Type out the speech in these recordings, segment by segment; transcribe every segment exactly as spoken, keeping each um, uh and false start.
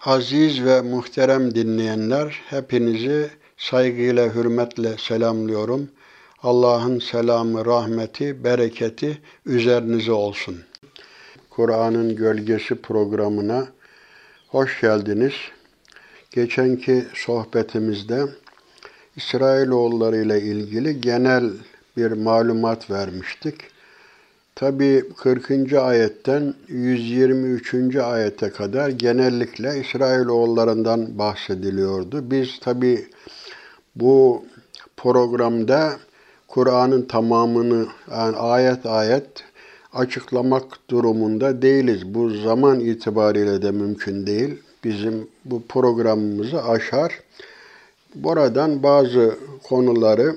Aziz ve muhterem dinleyenler, hepinizi saygıyla, hürmetle selamlıyorum. Allah'ın selamı, rahmeti, bereketi üzerinize olsun. Kur'an'ın Gölgesi programına hoş geldiniz. Geçenki sohbetimizde İsrailoğulları ile ilgili genel bir malumat vermiştik. Tabi kırkıncı ayetten yüz yirmi üçüncü ayete kadar genellikle İsrailoğullarından bahsediliyordu. Biz tabi bu programda Kur'an'ın tamamını yani ayet ayet açıklamak durumunda değiliz. Bu zaman itibariyle de mümkün değil. Bizim bu programımızı aşar. Buradan bazı konuları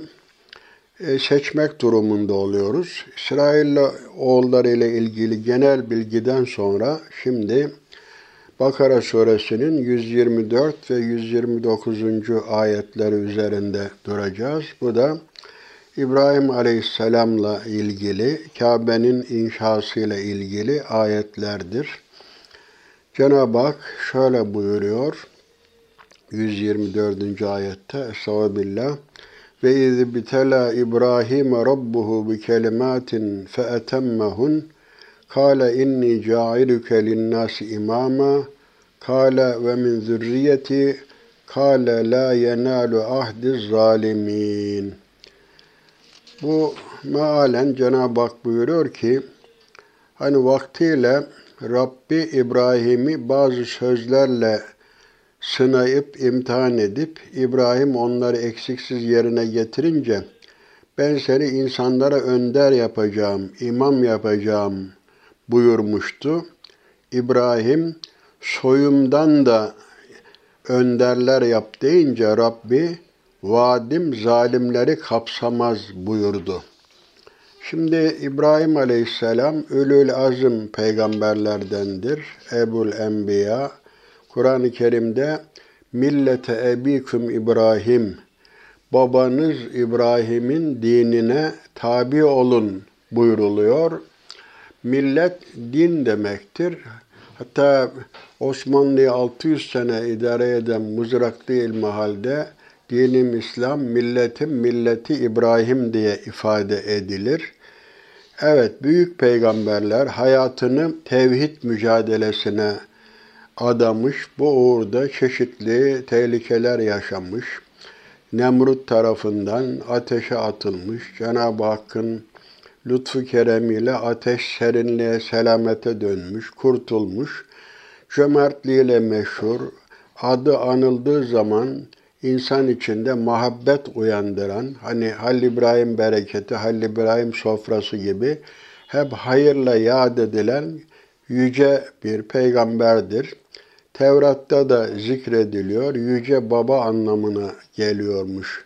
seçmek durumunda oluyoruz. İsrailoğulları ile ilgili genel bilgiden sonra şimdi Bakara suresinin yüz yirmi dört ve yüz yirmi dokuzuncu ayetleri üzerinde duracağız. Bu da İbrahim Aleyhisselam'la ilgili, Kabe'nin inşasıyla ilgili ayetlerdir. Cenab-ı Hak şöyle buyuruyor, yüz yirmi dördüncü ayette, Estağfirullah. Ve iz bitela İbrahim rabbuhu bi kelimatin fe etemmehun kâle inni câiluke linnâsi imâma kâle ve min zürriyeti kâle la yenâlu ahdiz zalimin. Bu mealen Cenab-ı Hak buyuruyor ki hani vaktiyle Rabbi İbrahim'i bazı sözlerle sınayıp, imtihan edip, İbrahim onları eksiksiz yerine getirince, ben seni insanlara önder yapacağım, imam yapacağım buyurmuştu. İbrahim, soyumdan da önderler yap deyince Rabbi, vaadim zalimleri kapsamaz buyurdu. Şimdi İbrahim Aleyhisselam, Ulul Azm peygamberlerdendir, Ebul Enbiya. Kur'an-ı Kerim'de millete ebiküm İbrahim, babanız İbrahim'in dinine tabi olun buyruluyor. Millet din demektir. Hatta Osmanlı'yı altı yüz sene idare eden Mızraklı İlmihal'de dinim İslam, milletim milleti İbrahim diye ifade edilir. Evet, büyük peygamberler hayatını tevhid mücadelesine adamış, bu uğurda çeşitli tehlikeler yaşamış, Nemrut tarafından ateşe atılmış, Cenab-ı Hakk'ın lütfu keremiyle ateş serinliğe, selamete dönmüş, kurtulmuş, cömertliğiyle meşhur, adı anıldığı zaman insan içinde muhabbet uyandıran, hani Halil İbrahim bereketi, Halil İbrahim sofrası gibi hep hayırla yad edilen yüce bir peygamberdir. Tevrat'ta da zikrediliyor, yüce baba anlamına geliyormuş.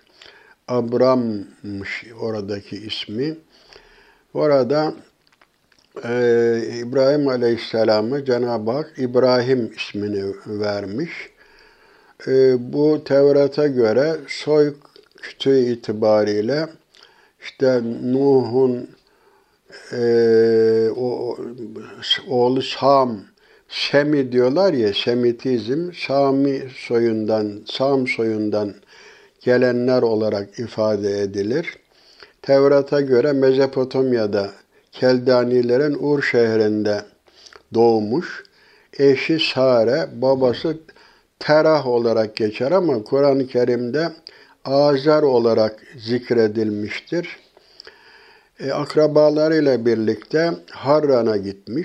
Abram'mış oradaki ismi. Orada e, İbrahim Aleyhisselam'a Cenab-ı Hak İbrahim ismini vermiş. E, bu Tevrat'a göre soy kütüğü itibariyle işte Nuh'un e, o, oğlu Sam, Şemi diyorlar ya, Şemitizm, Sami soyundan, Sam soyundan gelenler olarak ifade edilir. Tevrat'a göre Mezopotamya'da Keldanilerin Ur şehrinde doğmuş. Eşi Sare, babası Terah olarak geçer ama Kur'an-ı Kerim'de Azer olarak zikredilmiştir. E, akrabalarıyla birlikte Harran'a gitmiş.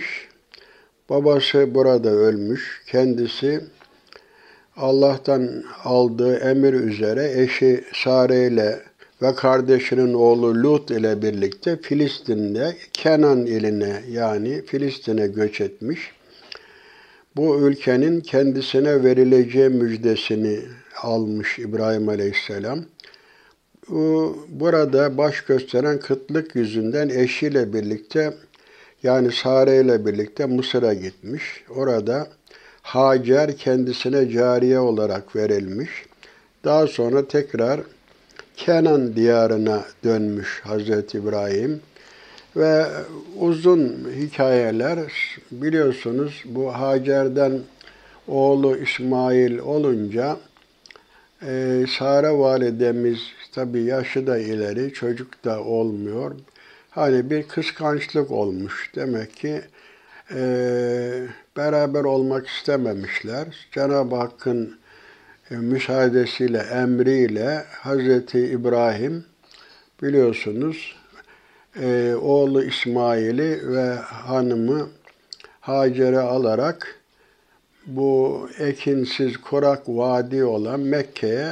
Babası burada ölmüş. Kendisi Allah'tan aldığı emir üzere eşi Sare ile ve kardeşinin oğlu Lut ile birlikte Filistin'de Kenan iline yani Filistin'e göç etmiş. Bu ülkenin kendisine verileceği müjdesini almış İbrahim Aleyhisselam. Burada baş gösteren kıtlık yüzünden eşiyle birlikte yani Sare ile birlikte Mısır'a gitmiş. Orada Hacer kendisine cariye olarak verilmiş. Daha sonra tekrar Kenan diyarına dönmüş Hazreti İbrahim. Ve uzun hikayeler biliyorsunuz bu Hacer'den oğlu İsmail olunca e, Sare validemiz tabii yaşı da ileri, çocuk da olmuyor. Hani bir kıskançlık olmuş. Demek ki e, beraber olmak istememişler. Cenab-ı Hakk'ın e, müsaadesiyle, emriyle Hazreti İbrahim biliyorsunuz e, oğlu İsmail'i ve hanımı Hacer'i alarak bu ekinsiz kurak vadi olan Mekke'ye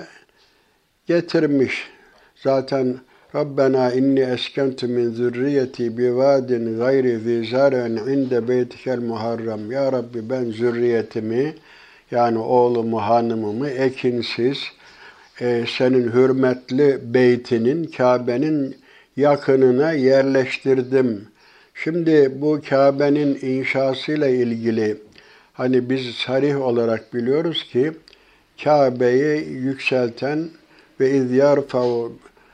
getirmiş. Zaten Rabbena inni eskentu min zürriyeti bi vadin gayri zi zar'in inde beytikel muharram. Ya Rabbi ben zürriyetimi yani oğlumu, hanımımı ekinsiz e, senin hürmetli beytinin, Kabe'nin yakınına yerleştirdim. Şimdi bu Kabe'nin inşasıyla ilgili hani biz sarih olarak biliyoruz ki Kabe'yi yükselten ve iz yarfa'u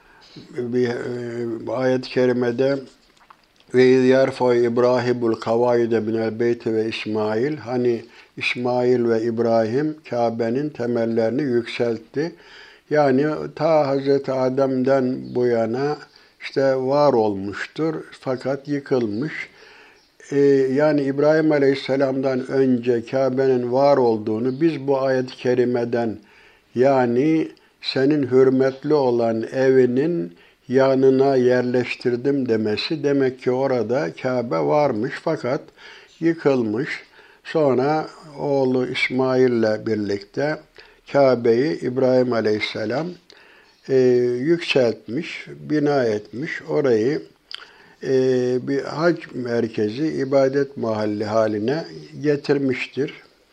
bir e, ayet-i kerimede ve iz yarfa'u İbrahimul kavaide minel beyti ve İsmail hani İsmail ve İbrahim Kabe'nin temellerini yükseltti. Yani ta Hazreti Adem'den bu yana işte var olmuştur fakat yıkılmış. Ee, yani İbrahim Aleyhisselam'dan önce Kabe'nin var olduğunu biz bu ayet-i kerimeden yani senin hürmetli olan evinin yanına yerleştirdim demesi demek ki orada Kabe varmış fakat yıkılmış. Sonra oğlu İsmail'le birlikte Kabe'yi İbrahim Aleyhisselam e, yükseltmiş, bina etmiş. Orayı e, bir hac merkezi, ibadet mahalli haline getirmiştir.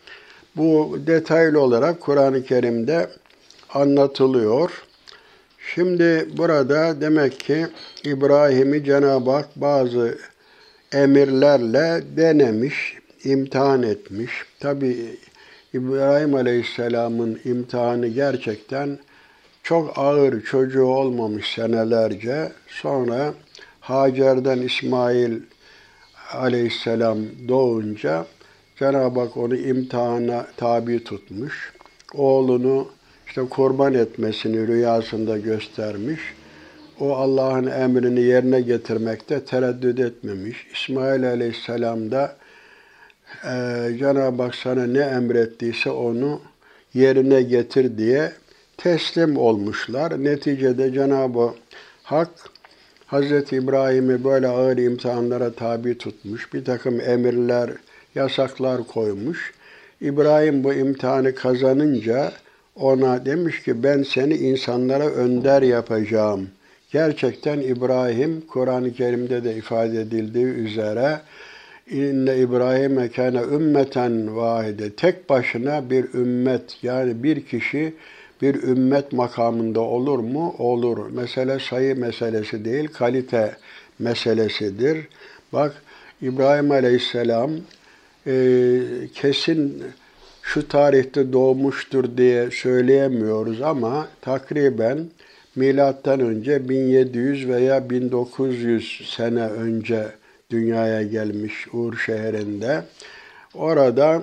Bu detaylı olarak Kur'an-ı Kerim'de anlatılıyor. Şimdi burada demek ki İbrahim'i Cenab-ı Hak bazı emirlerle denemiş, imtihan etmiş. Tabi İbrahim Aleyhisselam'ın imtihanı gerçekten çok ağır, çocuğu olmamış senelerce. Sonra Hacer'den İsmail Aleyhisselam doğunca Cenab-ı Hak onu imtihana tabi tutmuş. Oğlunu işte kurban etmesini rüyasında göstermiş. O Allah'ın emrini yerine getirmekte tereddüt etmemiş. İsmail Aleyhisselam da e, Cenab-ı Hak sana ne emrettiyse onu yerine getir diye teslim olmuşlar. Neticede Cenab-ı Hak Hazreti İbrahim'i böyle ağır imtihanlara tabi tutmuş. Bir takım emirler, yasaklar koymuş. İbrahim bu imtihanı kazanınca ona demiş ki ben seni insanlara önder yapacağım. Gerçekten İbrahim, Kur'an-ı Kerim'de de ifade edildiği üzere İnne İbrahim'e kâne ümmeten vahide. Tek başına bir ümmet, yani bir kişi bir ümmet makamında olur mu? Olur. Mesele sayı meselesi değil, kalite meselesidir. Bak İbrahim Aleyhisselam e, kesin şu tarihte doğmuştur diye söyleyemiyoruz ama takriben milattan önce bin yedi yüz veya bin dokuz yüz sene önce dünyaya gelmiş Ur şehrinde. Orada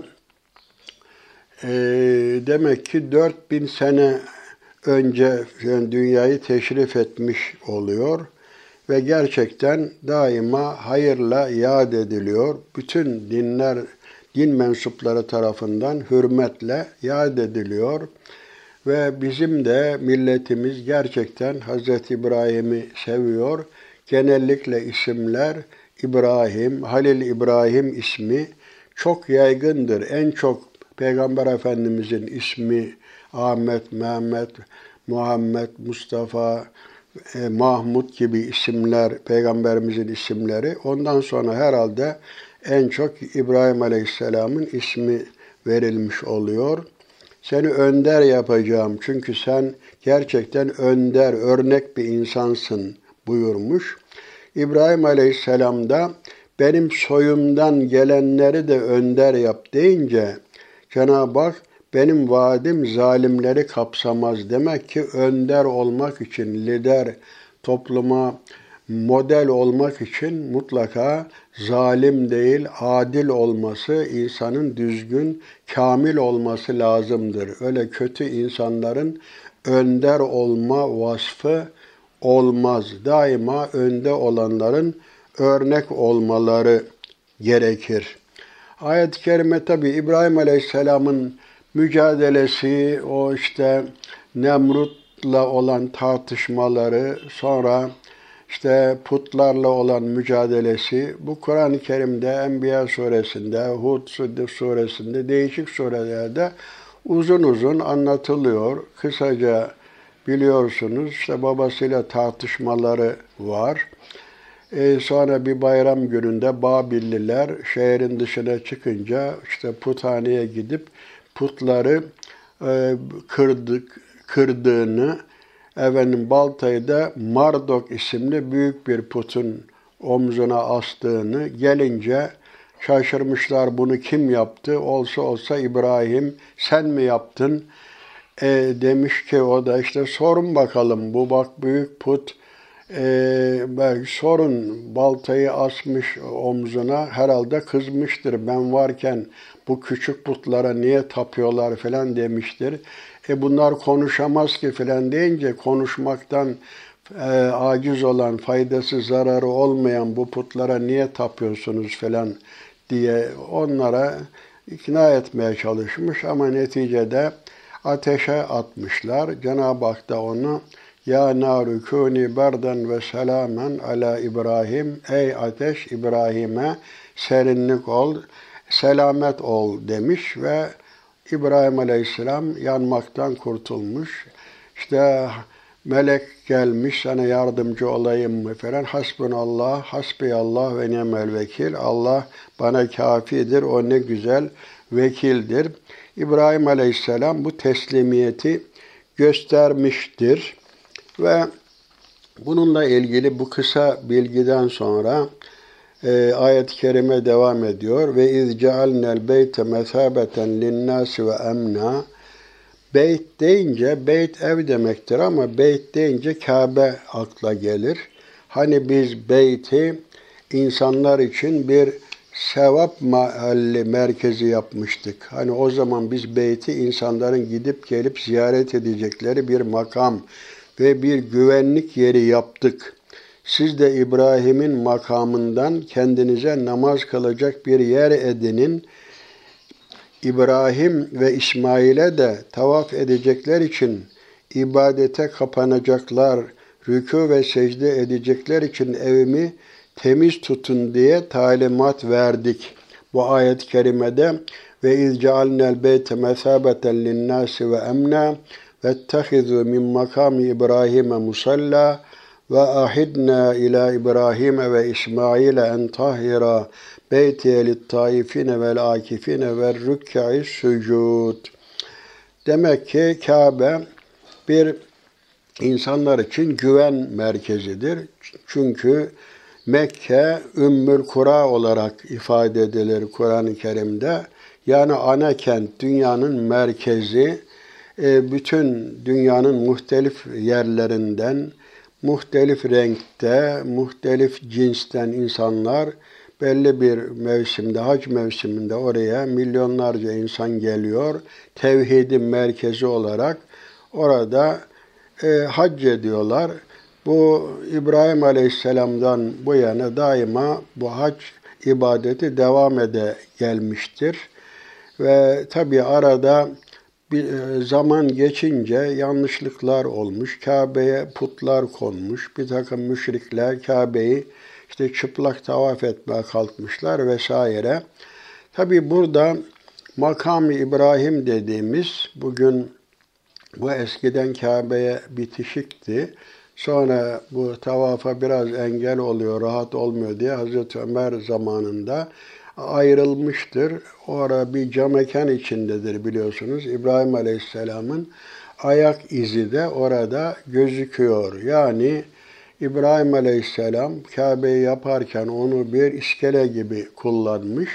e, demek ki dört bin sene önce yani dünyayı teşrif etmiş oluyor ve gerçekten daima hayırla yad ediliyor. Bütün dinler, din mensupları tarafından hürmetle yad ediliyor. Ve bizim de milletimiz gerçekten Hazreti İbrahim'i seviyor. Genellikle isimler İbrahim, Halil İbrahim ismi çok yaygındır. En çok Peygamber Efendimizin ismi Ahmet, Mehmet, Muhammed, Mustafa, e, Mahmud gibi isimler, Peygamberimizin isimleri. Ondan sonra herhalde en çok İbrahim Aleyhisselam'ın ismi verilmiş oluyor. Seni önder yapacağım çünkü sen gerçekten önder, örnek bir insansın buyurmuş. İbrahim Aleyhisselam da benim soyumdan gelenleri de önder yap deyince Cenab-ı Hak benim vaadim zalimleri kapsamaz. Demek ki önder olmak için lider, topluma model olmak için mutlaka zalim değil, adil olması, insanın düzgün, kamil olması lazımdır. Öyle kötü insanların önder olma vasfı olmaz. Daima önde olanların örnek olmaları gerekir. Ayet-i kerime tabi İbrahim Aleyhisselam'ın mücadelesi, o işte Nemrut'la olan tartışmaları, sonra işte putlarla olan mücadelesi, bu Kur'an-ı Kerim'de, Enbiya suresinde, Hud suresinde, değişik surelerde uzun uzun anlatılıyor. Kısaca biliyorsunuz, işte babasıyla tartışmaları var. Ee, sonra bir bayram gününde Babilliler şehrin dışına çıkınca işte puthaneye gidip putları e, kırdık, kırdığını, efendim baltayı da Mardok isimli büyük bir putun omzuna astığını gelince şaşırmışlar, bunu kim yaptı? Olsa olsa İbrahim, sen mi yaptın? E, demiş ki o da işte sorun bakalım, bu bak büyük put, e, belki sorun, baltayı asmış omzuna, herhalde kızmıştır. Ben varken bu küçük putlara niye tapıyorlar falan demiştir. E bunlar konuşamaz ki falan deyince, konuşmaktan e, aciz olan, faydası zararı olmayan bu putlara niye tapıyorsunuz falan diye onlara ikna etmeye çalışmış ama neticede ateşe atmışlar. Cenab-ı Hak da onu ya naru kûni berden ve selamen ala İbrahim, ey ateş İbrahim'e serinlik ol, selamet ol demiş ve İbrahim Aleyhisselam yanmaktan kurtulmuş. İşte melek gelmiş, sana yardımcı olayım mı falan. Hasbunallah, hasbiyallah ve ni'mel vekil. Allah bana kafidir, o ne güzel vekildir. İbrahim Aleyhisselam bu teslimiyeti göstermiştir. Ve bununla ilgili bu kısa bilgiden sonra e, ayet-i kerime devam ediyor. Ve iz cealnel beyte mesabeten linnâsi ve emna. Beyt deyince, beyt ev demektir ama beyt deyince Kabe akla gelir. Hani biz beyti insanlar için bir sevap mahalli merkezi yapmıştık. Hani o zaman biz beyti insanların gidip gelip ziyaret edecekleri bir makam ve bir güvenlik yeri yaptık. Siz de İbrahim'in makamından kendinize namaz kılacak bir yer edinin. İbrahim ve İsmail'e de tavaf edecekler için, ibadete kapanacaklar, rükû ve secde edecekler için evimi temiz tutun diye talimat verdik. Bu ayet-i kerimede ve iz cealnel beyte mesabeten linnâsi ve emna vettehizû min makâmi İbrahim'e musalla ve ahidna ila İbrahim'e ve İsmail'e en tahira beytiye littaifine vel akifine ve rükka'i sucud. Demek ki Kabe bir insanlar için güven merkezidir. Çünkü Mekke Ümmül Kura olarak ifade edilir Kur'an-ı Kerim'de. Yani ana kent, dünyanın merkezi, bütün dünyanın muhtelif yerlerinden, muhtelif renkte, muhtelif cinsten insanlar belli bir mevsimde, hac mevsiminde oraya milyonlarca insan geliyor. Tevhidin merkezi olarak orada e, hac ediyorlar. Bu İbrahim Aleyhisselam'dan bu yana daima bu hac ibadeti devam ede gelmiştir. Ve tabi arada bir zaman geçince yanlışlıklar olmuş. Kabe'ye putlar konmuş. Bir takım müşrikler Kabe'yi işte çıplak tavaf etmeye kalkmışlar vesaire. Tabi burada makam-ı İbrahim dediğimiz, bugün bu eskiden Kabe'ye bitişikti. Sonra bu tavafa biraz engel oluyor, rahat olmuyor diye Hazreti Ömer zamanında ayrılmıştır. Orada bir cam mekan içindedir biliyorsunuz. İbrahim Aleyhisselam'ın ayak izi de orada gözüküyor. Yani İbrahim Aleyhisselam Kabe'yi yaparken onu bir iskele gibi kullanmış.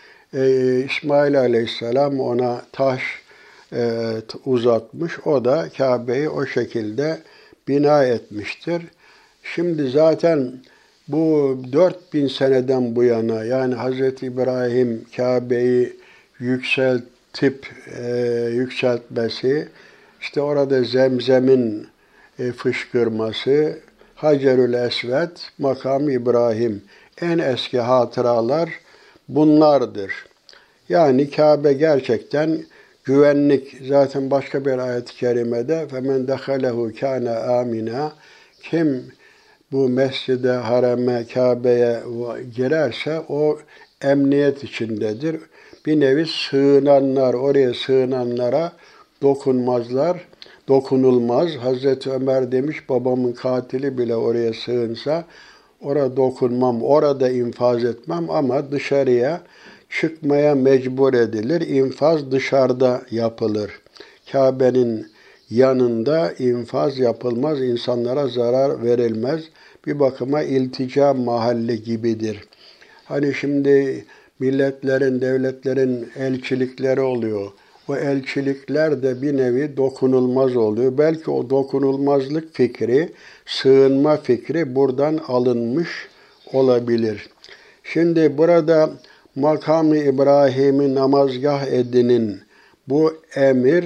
Ee, İsmail Aleyhisselam ona taş e, uzatmış. O da Kabe'yi o şekilde bina etmiştir. Şimdi zaten bu dört bin seneden bu yana yani Hazreti İbrahim Kabe'yi yükseltip e, yükseltmesi, işte orada Zemzem'in e, fışkırması, Hacerül Esved, makam İbrahim, en eski hatıralar bunlardır. Yani Kabe gerçekten güvenlik. Zaten başka bir ayet-i kerimede فَمَنْ دَخَلَهُ كَانَ آمِنًا, kim bu mescide, hareme, Kabe'ye girerse o emniyet içindedir. Bir nevi sığınanlar, oraya sığınanlara dokunmazlar, dokunulmaz. Hazreti Ömer demiş, babamın katili bile oraya sığınsa orada dokunmam, orada infaz etmem ama dışarıya çıkmaya mecbur edilir. İnfaz dışarıda yapılır. Kabe'nin yanında infaz yapılmaz, insanlara zarar verilmez. Bir bakıma iltica mahalli gibidir. Hani şimdi milletlerin, devletlerin elçilikleri oluyor. O elçilikler de bir nevi dokunulmaz oluyor. Belki o dokunulmazlık fikri, sığınma fikri buradan alınmış olabilir. Şimdi burada makam-ı İbrahim'i namazgah edinin bu emir,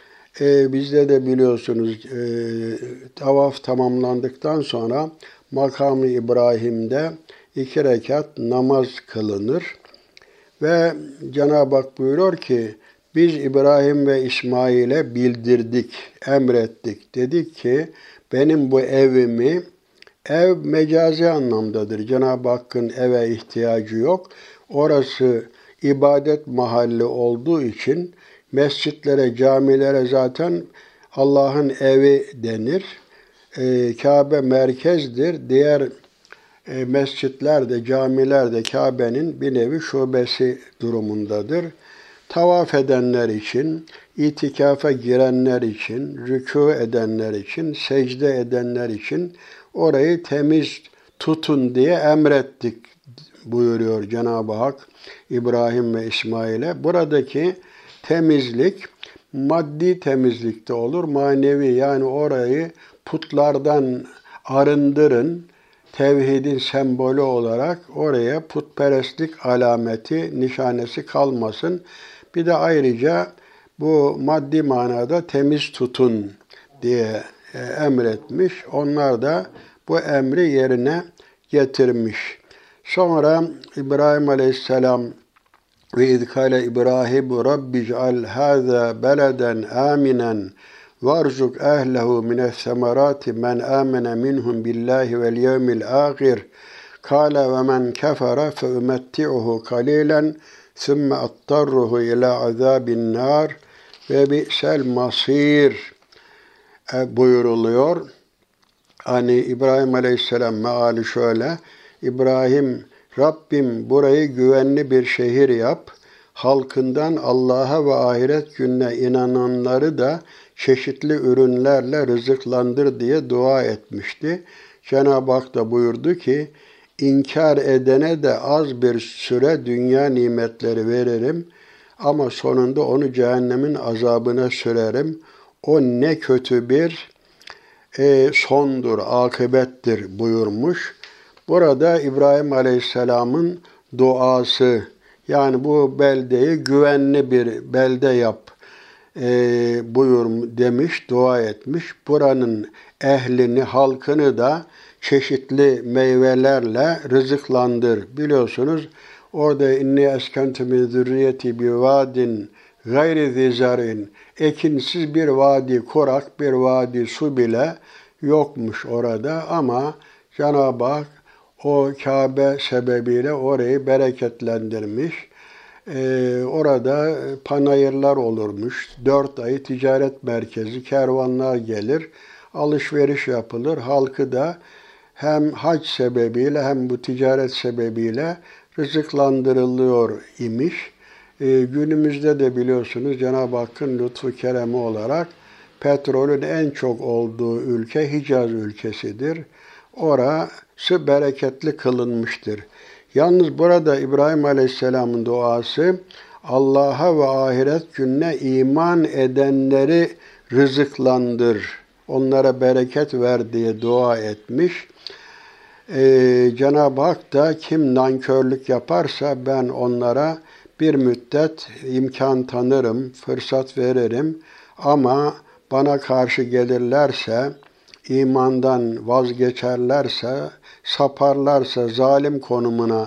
e, bizde de biliyorsunuz e, tavaf tamamlandıktan sonra makam-ı İbrahim'de iki rekat namaz kılınır. Ve Cenab-ı Hak buyuruyor ki, biz İbrahim ve İsmail'e bildirdik, emrettik. Dedik ki, benim bu evimi, ev mecazi anlamdadır. Cenab-ı Hakk'ın eve ihtiyacı yok. Orası ibadet mahalli olduğu için mescitlere, camilere zaten Allah'ın evi denir. Ee, Kabe merkezdir. Diğer e, mescitler de, camiler de Kabe'nin bir nevi şubesi durumundadır. Tavaf edenler için, itikafa girenler için, rükû edenler için, secde edenler için orayı temiz tutun diye emrettik buyuruyor Cenab-ı Hak İbrahim ve İsmail'e. Buradaki temizlik maddi temizlikte olur, manevi, yani orayı putlardan arındırın, tevhidin sembolü olarak oraya putperestlik alameti, nişanesi kalmasın. Bir de ayrıca bu maddi manada temiz tutun diye emretmiş. Onlar da bu emri yerine getirmiş. Sonra İbrahim Aleyhisselam ve izkale İbrahim Rabbic'al hâzâ beleden âminen varzuk ehlehu mine's-semerâti men âmene minhum billahi vel yevmil âhir kâle ve men kefere fe umetti'uhu kalîlen sümme attarruhu ilâ azâbin nâr ve bi'sel masîr buyuruluyor. Hani İbrahim Aleyhisselam meali şöyle: İbrahim, Rabbim burayı güvenli bir şehir yap, halkından Allah'a ve ahiret gününe inananları da çeşitli ürünlerle rızıklandır diye dua etmişti. Cenab-ı Hak da buyurdu ki, inkar edene de az bir süre dünya nimetleri veririm ama sonunda onu cehennemin azabına sürerim. O ne kötü bir e, sondur, akıbettir buyurmuş. Burada İbrahim Aleyhisselam'ın duası, yani bu beldeyi güvenli bir belde yap e, buyur demiş, dua etmiş. Buranın ehlini, halkını da çeşitli meyvelerle rızıklandır. Biliyorsunuz orada inni eskentu min zürriyeti bi vadin gayri zizarin, ekinsiz bir vadi, kurak bir vadi, su bile yokmuş orada ama Cenab-ı Hak o Kabe sebebiyle orayı bereketlendirmiş. Ee, orada panayırlar olurmuş. Dört ay ticaret merkezi, kervanlar gelir, alışveriş yapılır. Halkı da hem hac sebebiyle hem bu ticaret sebebiyle rızıklandırılıyor imiş. Ee, günümüzde de biliyorsunuz Cenab-ı Hakk'ın lütfu keremi olarak petrolün en çok olduğu ülke Hicaz ülkesidir. Orası bereketli kılınmıştır. Yalnız burada İbrahim Aleyhisselam'ın duası, Allah'a ve ahiret gününe iman edenleri rızıklandır onlara bereket ver diye dua etmiş. Ee, Cenab-ı Hak da kim nankörlük yaparsa ben onlara bir müddet imkan tanırım, fırsat veririm. Ama bana karşı gelirlerse, imandan vazgeçerlerse, saparlarsa, zalim konumuna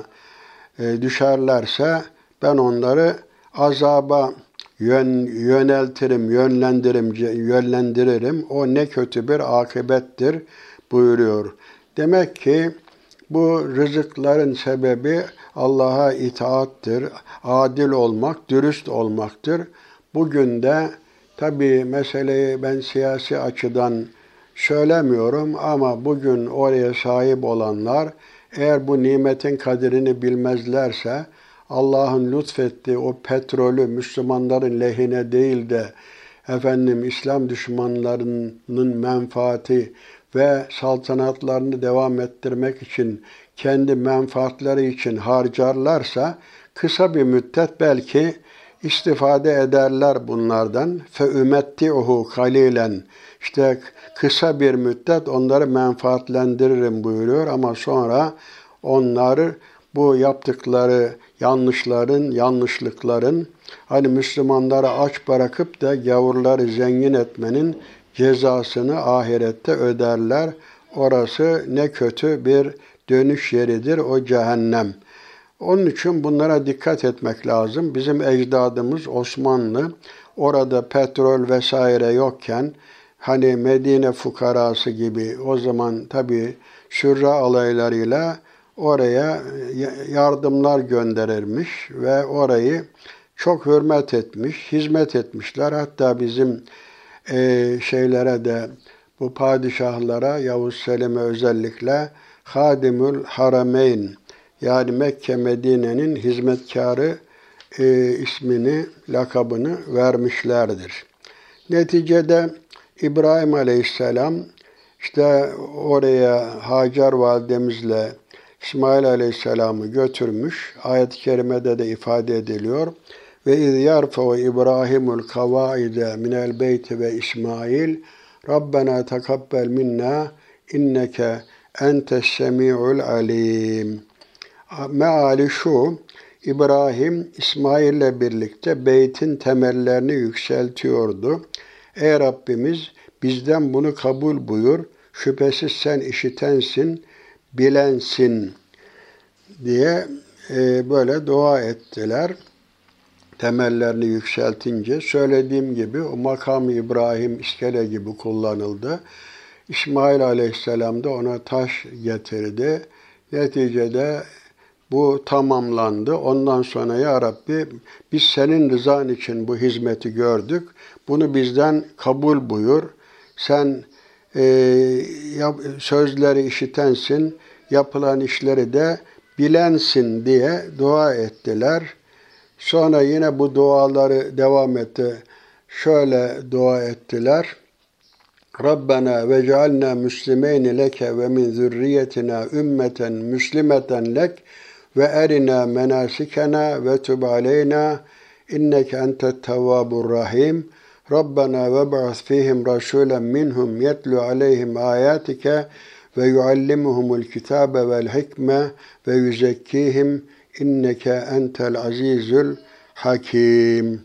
e, düşerlerse ben onları azaba yön, yöneltirim, yönlendiririm, yönlendiririm. O ne kötü bir akıbettir buyuruyor. Demek ki bu rızıkların sebebi Allah'a itaattir, adil olmak, dürüst olmaktır. Bugün de tabii meseleyi ben siyasi açıdan söylemiyorum ama bugün oraya sahip olanlar eğer bu nimetin kadrini bilmezlerse Allah'ın lütfettiği o petrolü Müslümanların lehine değil de efendim İslam düşmanlarının menfaati ve saltanatlarını devam ettirmek için kendi menfaatleri için harcarlarsa kısa bir müddet belki istifade ederler bunlardan. فَاُمَتِّعُهُ kalilen işte kısa bir müddet onları menfaatlendiririm buyuruyor ama sonra onları bu yaptıkları yanlışların, yanlışlıkların hani Müslümanları aç bırakıp da gavurları zengin etmenin cezasını ahirette öderler. Orası ne kötü bir dönüş yeridir o cehennem. Onun için bunlara dikkat etmek lazım. Bizim ecdadımız Osmanlı orada petrol vesaire yokken hani Medine fukarası gibi o zaman tabii sürra alaylarıyla oraya yardımlar gönderirmiş ve orayı çok hürmet etmiş, hizmet etmişler. Hatta bizim e, şeylere de bu padişahlara Yavuz Selim'e özellikle Hadimül Harameyn yani Mekke Medine'nin hizmetkarı e, ismini, lakabını vermişlerdir. Neticede İbrahim Aleyhisselam işte oraya Hacer validemizle İsmail Aleyhisselam'ı götürmüş. Ayet-i kerimede de ifade ediliyor. Ve iz yarfa'u İbrahimul kavaide minel beyti ve İsmail Rabbena tekabbel minna inneke entes semi'ul alim. Meali şu, İbrahim İsmail'le birlikte beytin temellerini yükseltiyordu. Ey Rabbimiz bizden bunu kabul buyur. Şüphesiz sen işitensin, bilensin diye e, böyle dua ettiler. Temellerini yükseltince söylediğim gibi o makam İbrahim iskele gibi kullanıldı. İsmail Aleyhisselam da ona taş getirdi. Neticede bu tamamlandı. Ondan sonra ya Rabbi biz senin rızan için bu hizmeti gördük. Bunu bizden kabul buyur. Sen e, sözleri işitensin, yapılan işleri de bilensin diye dua ettiler. Sonra yine bu duaları devam etti. Şöyle dua ettiler. Rabbena ve cealna müslimeyni leke ve min zürriyetina ümmeten müslimeten lek ve erina menasikena ve tub aleyna inneke entet tevvabur rahim. Rabbena ve ba'ath fihim rasulen minhum yetlu aleyhim ayatike ve yuallimuhumul kitabe vel hikme ve yüzekkihim inneke entel azizül hakim.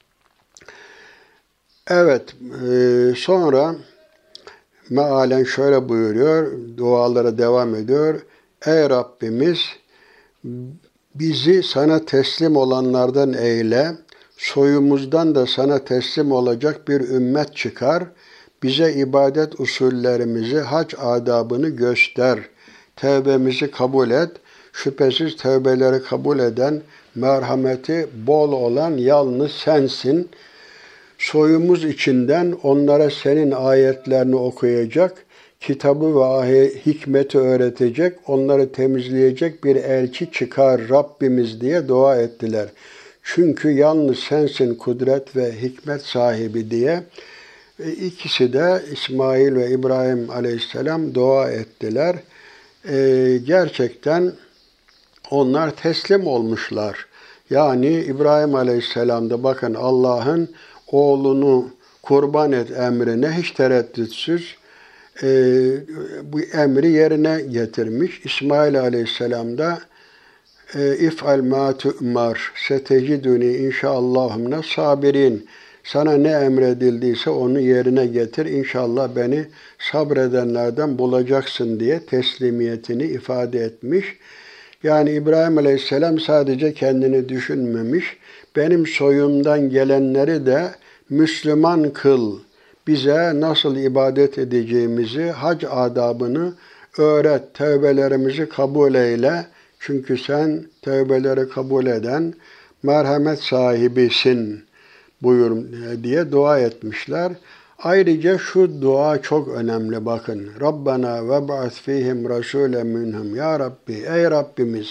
Evet, e, sonra mealen şöyle buyuruyor, dualara devam ediyor. Ey Rabbimiz bizi sana teslim olanlardan eyle, soyumuzdan da sana teslim olacak bir ümmet çıkar, bize ibadet usullerimizi, hac adabını göster, tevbemizi kabul et, şüphesiz tevbeleri kabul eden, merhameti bol olan yalnız sensin. Soyumuz içinden onlara senin ayetlerini okuyacak, kitabı ve hikmeti öğretecek, onları temizleyecek bir elçi çıkar Rabbimiz diye dua ettiler. Çünkü yalnız sensin kudret ve hikmet sahibi diye ikisi de İsmail ve İbrahim Aleyhisselam dua ettiler. Ee, gerçekten onlar teslim olmuşlar. Yani İbrahim Aleyhisselam da bakın Allah'ın oğlunu kurban et emrine hiç tereddütsüz e, bu emri yerine getirmiş. İsmail Aleyhisselam da e, if'al ma tu'mar seteciduni inşallahumne sabirin. Sana ne emredildiyse onu yerine getir. İnşallah beni sabredenlerden bulacaksın diye teslimiyetini ifade etmiş. Yani İbrahim Aleyhisselam sadece kendini düşünmemiş. Benim soyumdan gelenleri de Müslüman kıl. Bize nasıl ibadet edeceğimizi, hac adabını öğret. Tevbelerimizi kabul eyle. Çünkü sen tevbeleri kabul eden merhamet sahibisin buyur diye dua etmişler. Ayrıca şu dua çok önemli bakın. Rabbena ve ba'ath fihim rasulen minhum. Ya Rabbi, ey Rabbimiz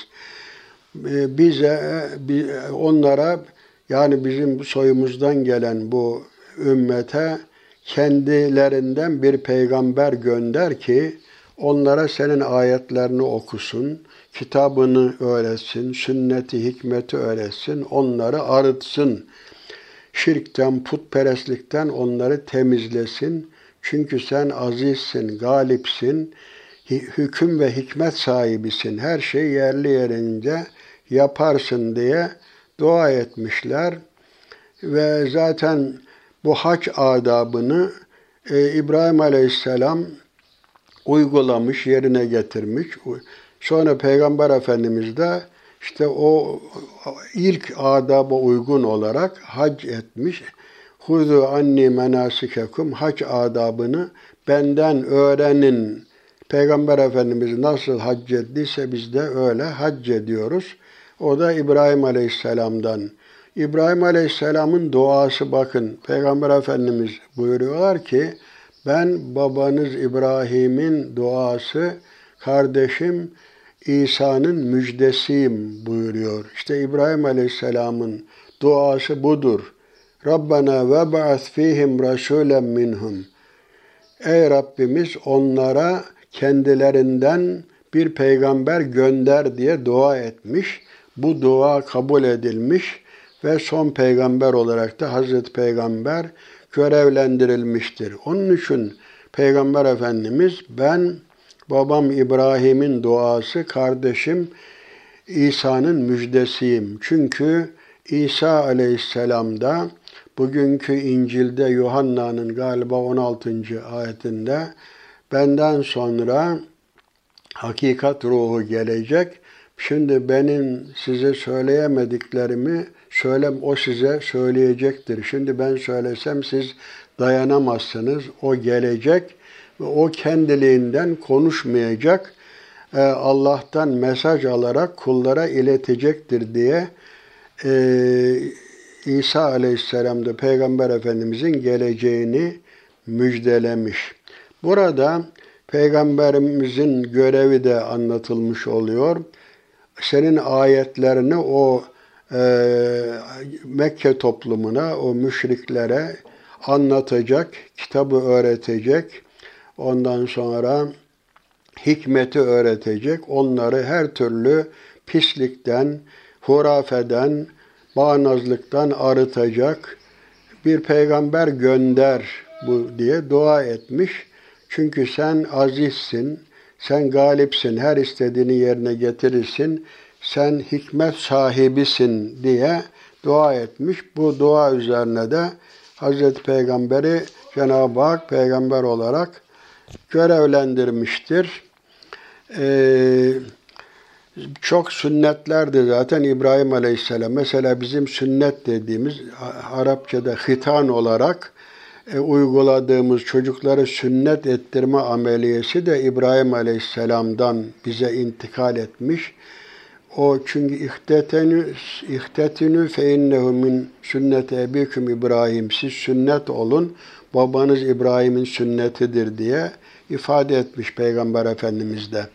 bize, onlara yani bizim soyumuzdan gelen bu ümmete kendilerinden bir peygamber gönder ki onlara senin ayetlerini okusun, kitabını öğretsin, sünneti, hikmeti öğretsin, onları arıtsın. Şirkten, putperestlikten onları temizlesin. Çünkü sen azizsin, galipsin, hüküm ve hikmet sahibisin. Her şeyi yerli yerince yaparsın diye dua etmişler. Ve zaten bu hac adabını e, İbrahim Aleyhisselam uygulamış, yerine getirmiş. Sonra Peygamber Efendimiz de işte o ilk adaba uygun olarak hac etmiş. Huzu anni menasikekum, hac adabını benden öğrenin. Peygamber Efendimiz nasıl hac ettiyse biz de öyle hac ediyoruz. O da İbrahim Aleyhisselam'dan. İbrahim Aleyhisselam'ın duası bakın. Peygamber Efendimiz buyuruyorlar ki ben babanız İbrahim'in duası, kardeşim İsa'nın müjdesiyim buyuruyor. İşte İbrahim Aleyhisselam'ın duası budur. Rabbena ve ba'ath fihim rasulen minhum. Ey Rabbimiz onlara kendilerinden bir peygamber gönder diye dua etmiş. Bu dua kabul edilmiş ve son peygamber olarak da Hazreti Peygamber görevlendirilmiştir. Onun için Peygamber Efendimiz ben babam İbrahim'in duası, kardeşim İsa'nın müjdesiyim. Çünkü İsa Aleyhisselam'da bugünkü İncil'de Yuhanna'nın galiba on altıncı ayetinde benden sonra hakikat ruhu gelecek. Şimdi benim size söyleyemediklerimi söylem o size söyleyecektir. Şimdi ben söylesem siz dayanamazsınız. O gelecek ve o kendiliğinden konuşmayacak. Allah'tan mesaj alarak kullara iletecektir diye e, İsa Aleyhisselam'da Peygamber Efendimizin geleceğini müjdelemiş. Burada Peygamberimizin görevi de anlatılmış oluyor. Senin ayetlerini o e, Mekke toplumuna, o müşriklere anlatacak, kitabı öğretecek, ondan sonra hikmeti öğretecek, onları her türlü pislikten, hurafeden, bağnazlıktan arıtacak bir peygamber gönder bu diye dua etmiş. Çünkü sen azizsin, sen galipsin, her istediğini yerine getirirsin, sen hikmet sahibisin diye dua etmiş. Bu dua üzerine de Hazreti Peygamber'i Cenab-ı Hak peygamber olarak görevlendirmiştir. Ee, çok sünnetlerdi zaten İbrahim Aleyhisselam. Mesela bizim sünnet dediğimiz Arapçada hitan olarak e, uyguladığımız çocukları sünnet ettirme ameliyesi de İbrahim Aleyhisselam'dan bize intikal etmiş. O çünkü ihtetenu ihtetinu fe innehu min sünnet ebiküm İbrahim. Siz sünnet olun, babanız İbrahim'in sünnetidir diye ifade etmiş Peygamber Efendimiz de.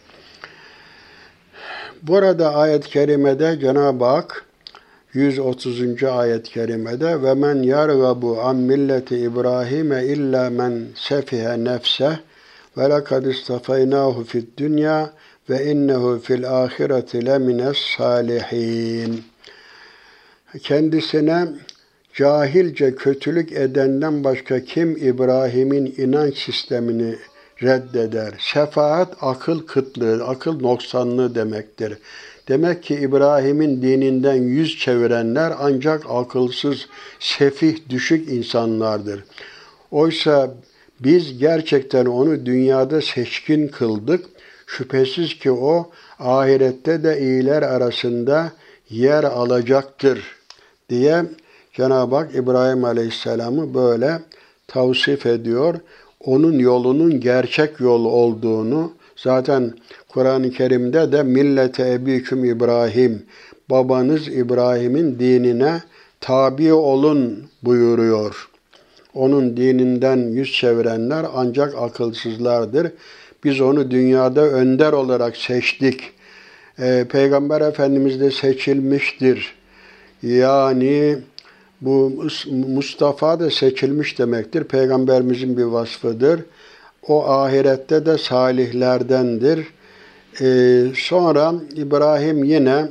Burada ayet-i kerimede Cenab-ı Hak yüz otuzuncu ayet-i kerimede ve men yargabu an milleti İbrahim'e illa men sefihe nefseh ve lekad istafaynahu fid dünya ve innehu fil ahireti lemines salihin. Kendisine cahilce kötülük edenden başka kim İbrahim'in inanç sistemini reddeder? Sefahat akıl kıtlığı, akıl noksanlığı demektir. Demek ki İbrahim'in dininden yüz çevirenler ancak akılsız, sefih, düşük insanlardır. Oysa biz gerçekten onu dünyada seçkin kıldık. Şüphesiz ki o ahirette de iyiler arasında yer alacaktır diye Cenab-ı Hak İbrahim Aleyhisselam'ı böyle tavsif ediyor. Onun yolunun gerçek yol olduğunu zaten Kur'an-ı Kerim'de de millete ebiküm İbrahim, babanız İbrahim'in dinine tabi olun buyuruyor. Onun dininden yüz çevirenler ancak akılsızlardır. Biz onu dünyada önder olarak seçtik. Ee, Peygamber Efendimiz de seçilmiştir. Yani bu Mustafa da seçilmiş demektir. Peygamberimizin bir vasfıdır. O ahirette de salihlerdendir. Ee, sonra İbrahim yine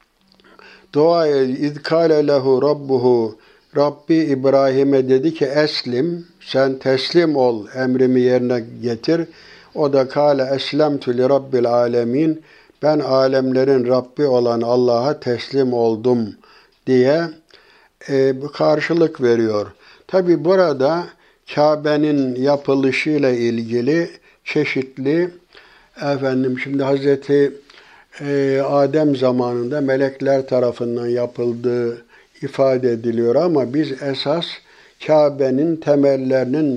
dua izkâle lehu rabbuhu Rabbi İbrahim'e dedi ki eslim, sen teslim ol, emrimi yerine getir. O da kâle eslemtü li rabbil alemin, ben alemlerin Rabbi olan Allah'a teslim oldum diye e, karşılık veriyor. Tabi burada Kabe'nin yapılışıyla ilgili çeşitli efendim şimdi Hazreti e, Adem zamanında melekler tarafından yapıldığı ifade ediliyor ama biz esas Kabe'nin temellerinin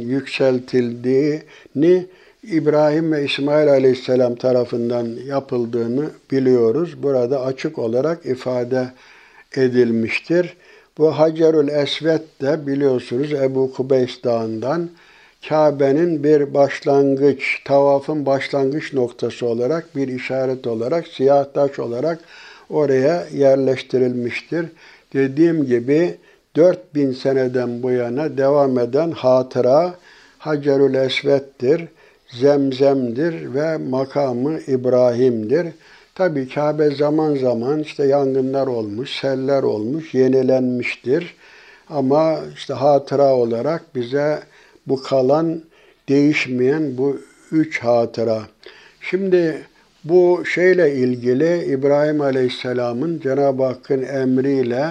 yükseltildiğini İbrahim ve İsmail Aleyhisselam tarafından yapıldığını biliyoruz. Burada açık olarak ifade edilmiştir. Bu Hacerül Esved de biliyorsunuz Ebu Kubeys Dağı'ndan Kabe'nin bir başlangıç, tavafın başlangıç noktası olarak, bir işaret olarak, siyah taş olarak oraya yerleştirilmiştir. Dediğim gibi dört bin seneden bu yana devam eden hatıra Hacerül Esved'dir, Zemzem'dir ve makamı İbrahim'dir. Tabii Kabe zaman zaman işte yangınlar olmuş, seller olmuş, yenilenmiştir. Ama işte hatıra olarak bize bu kalan, değişmeyen bu üç hatıra. Şimdi bu şeyle ilgili İbrahim Aleyhisselam'ın Cenab-ı Hakk'ın emriyle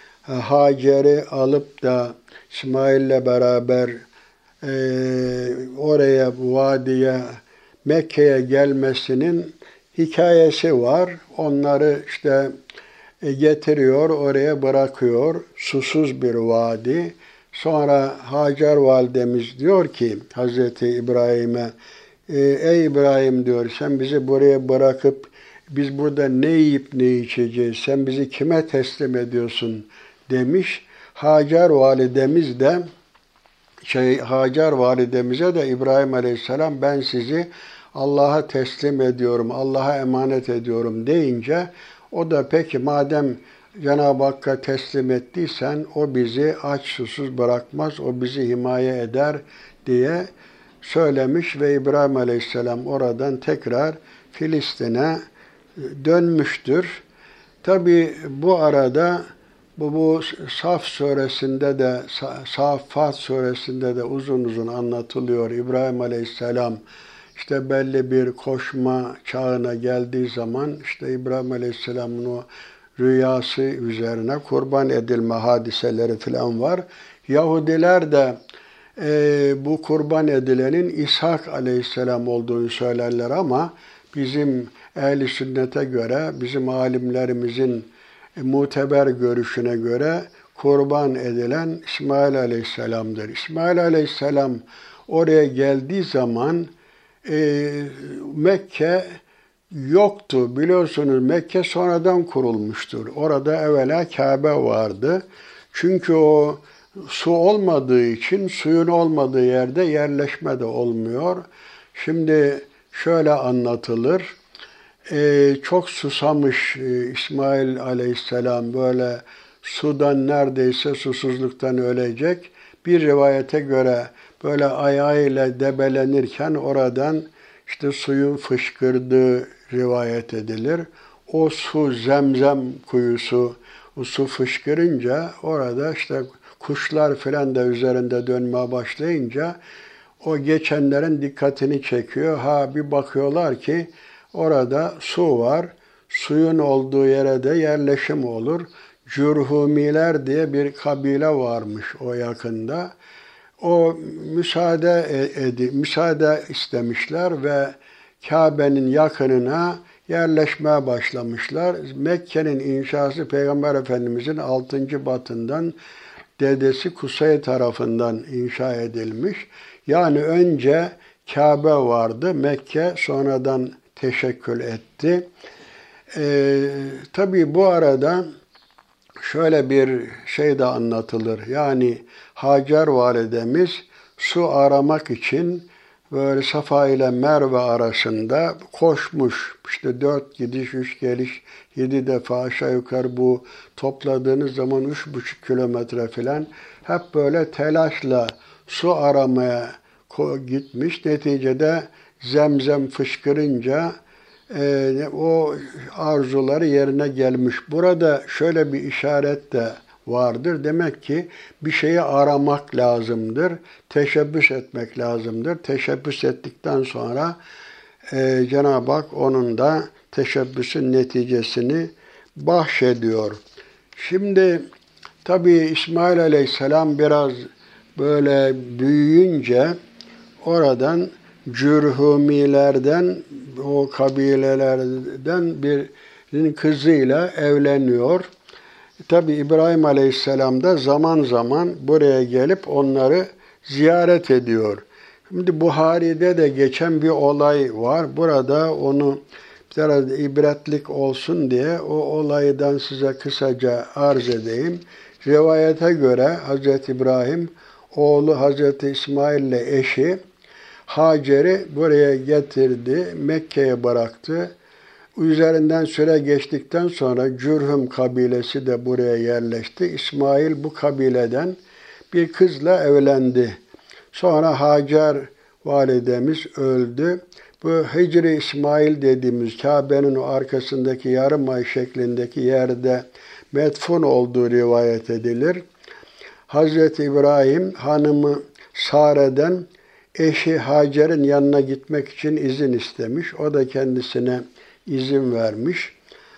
Hacer'i alıp da İsmail'le beraber e, oraya, vadiye, Mekke'ye gelmesinin hikayesi var. Onları işte getiriyor, oraya bırakıyor. Susuz bir vadi. Sonra Hacer validemiz diyor ki Hazreti İbrahim'e, ey İbrahim diyor, sen bizi buraya bırakıp biz burada ne yiyip ne içeceğiz, sen bizi kime teslim ediyorsun demiş. Hacer validemiz de şey Hacer validemize de İbrahim Aleyhisselam ben sizi Allah'a teslim ediyorum, Allah'a emanet ediyorum deyince o da peki madem Cenab-ı Hakk'a teslim ettiysen o bizi aç susuz bırakmaz, o bizi himaye eder diye söylemiş ve İbrahim Aleyhisselam oradan tekrar Filistin'e dönmüştür. Tabi bu arada bu, bu Saf suresinde de Saffat suresinde de uzun uzun anlatılıyor. İbrahim Aleyhisselam işte belli bir koşma çağına geldiği zaman işte İbrahim Aleyhisselam'ın o rüyası üzerine kurban edilme hadiseleri falan var. Yahudiler de e, bu kurban edilenin İshak Aleyhisselam olduğunu söylerler ama bizim ehl-i sünnete göre, bizim alimlerimizin e, muteber görüşüne göre kurban edilen İsmail Aleyhisselam'dır. İsmail Aleyhisselam oraya geldiği zaman e, Mekke yoktu. Biliyorsunuz Mekke sonradan kurulmuştur. Orada evvela Kabe vardı. Çünkü o su olmadığı için suyun olmadığı yerde yerleşme de olmuyor. Şimdi şöyle anlatılır. Ee, çok susamış e, İsmail Aleyhisselam böyle sudan neredeyse susuzluktan ölecek. Bir rivayete göre böyle ayağıyla debelenirken oradan işte suyun fışkırdığı rivayet edilir. O su Zemzem kuyusu, o su fışkırınca orada işte kuşlar filan da üzerinde dönmeye başlayınca o geçenlerin dikkatini çekiyor. Ha bir bakıyorlar ki orada su var. Suyun olduğu yere de yerleşim olur. Cürhumiler diye bir kabile varmış o yakında. O müsaade edi, müsaade istemişler ve Kabe'nin yakınına yerleşmeye başlamışlar. Mekke'nin inşası Peygamber Efendimizin altıncı batından dedesi Kusey tarafından inşa edilmiş. Yani önce Kabe vardı, Mekke sonradan teşekkül etti. Ee, tabii bu arada şöyle bir şey de anlatılır. Yani Hacer validemiz su aramak için böyle Safa ile Merve arasında koşmuş. İşte dört gidiş, üç geliş, yedi defa aşağı yukarı bu topladığınız zaman üç buçuk kilometre falan hep böyle telaşla su aramaya gitmiş. Neticede zemzem fışkırınca e, o arzuları yerine gelmiş. Burada şöyle bir işaret de vardır. Demek ki bir şeyi aramak lazımdır. Teşebbüs etmek lazımdır. Teşebbüs ettikten sonra e, Cenab-ı Hak onun da teşebbüsün neticesini bahşediyor. Şimdi tabii İsmail Aleyhisselam biraz böyle büyüyünce oradan Cürhumilerden, o kabilelerden birinin kızıyla evleniyor. Tabi İbrahim Aleyhisselam da zaman zaman buraya gelip onları ziyaret ediyor. Şimdi Buhari'de de geçen bir olay var. Burada onu biraz ibretlik olsun diye o olaydan size kısaca arz edeyim. Rivayete göre Hazreti İbrahim oğlu Hazreti İsmail ile eşi Hacer'i buraya getirdi, Mekke'ye bıraktı. Üzerinden süre geçtikten sonra Cürhüm kabilesi de buraya yerleşti. İsmail bu kabileden bir kızla evlendi. Sonra Hacer validemiz öldü. Bu Hicri İsmail dediğimiz Kabe'nin o arkasındaki yarım ay şeklindeki yerde metfun olduğu rivayet edilir. Hazreti İbrahim hanımı Sare'den eşi Hacer'in yanına gitmek için izin istemiş. O da kendisine izin vermiş.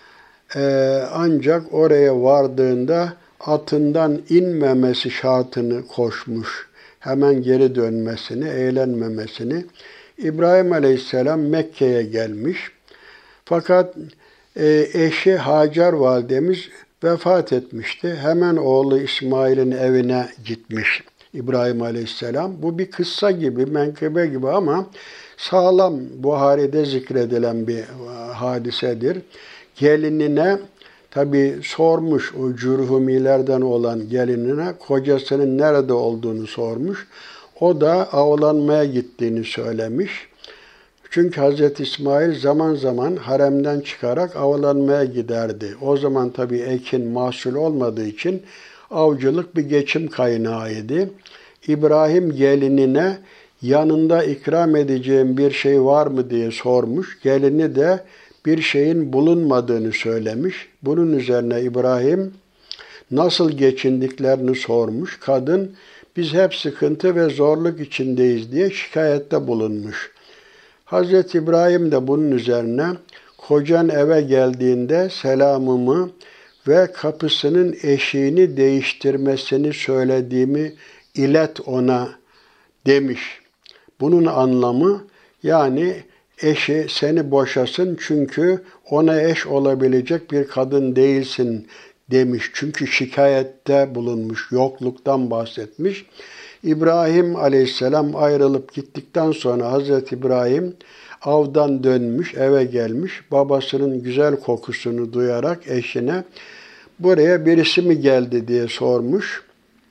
Ee, ancak oraya vardığında atından inmemesi şartını koşmuş. Hemen geri dönmesini, eğlenmemesini. İbrahim Aleyhisselam Mekke'ye gelmiş. Fakat e, eşi Hacer validemiz vefat etmişti. Hemen oğlu İsmail'in evine gitmiş İbrahim Aleyhisselam. Bu bir kıssa gibi, menkıbe gibi ama sağlam Buhari'de zikredilen bir hadisedir. Gelinine tabi sormuş, o Cürhumilerden olan gelinine kocasının nerede olduğunu sormuş. O da avlanmaya gittiğini söylemiş. Çünkü Hazreti İsmail zaman zaman haremden çıkarak avlanmaya giderdi. O zaman tabi ekin mahsul olmadığı için avcılık bir geçim kaynağıydı. İbrahim gelinine yanında ikram edeceğim bir şey var mı diye sormuş. Gelini de bir şeyin bulunmadığını söylemiş. Bunun üzerine İbrahim nasıl geçindiklerini sormuş. Kadın biz hep sıkıntı ve zorluk içindeyiz diye şikayette bulunmuş. Hazreti İbrahim de bunun üzerine kocan eve geldiğinde selamımı ve kapısının eşiğini değiştirmesini söylediğimi ilet ona demiş. Bunun anlamı yani eşi seni boşasın çünkü ona eş olabilecek bir kadın değilsin demiş. Çünkü şikayette bulunmuş, yokluktan bahsetmiş. İbrahim Aleyhisselam ayrılıp gittikten sonra Hazreti İbrahim avdan dönmüş, eve gelmiş. Babasının güzel kokusunu duyarak eşine buraya birisi mi geldi diye sormuş.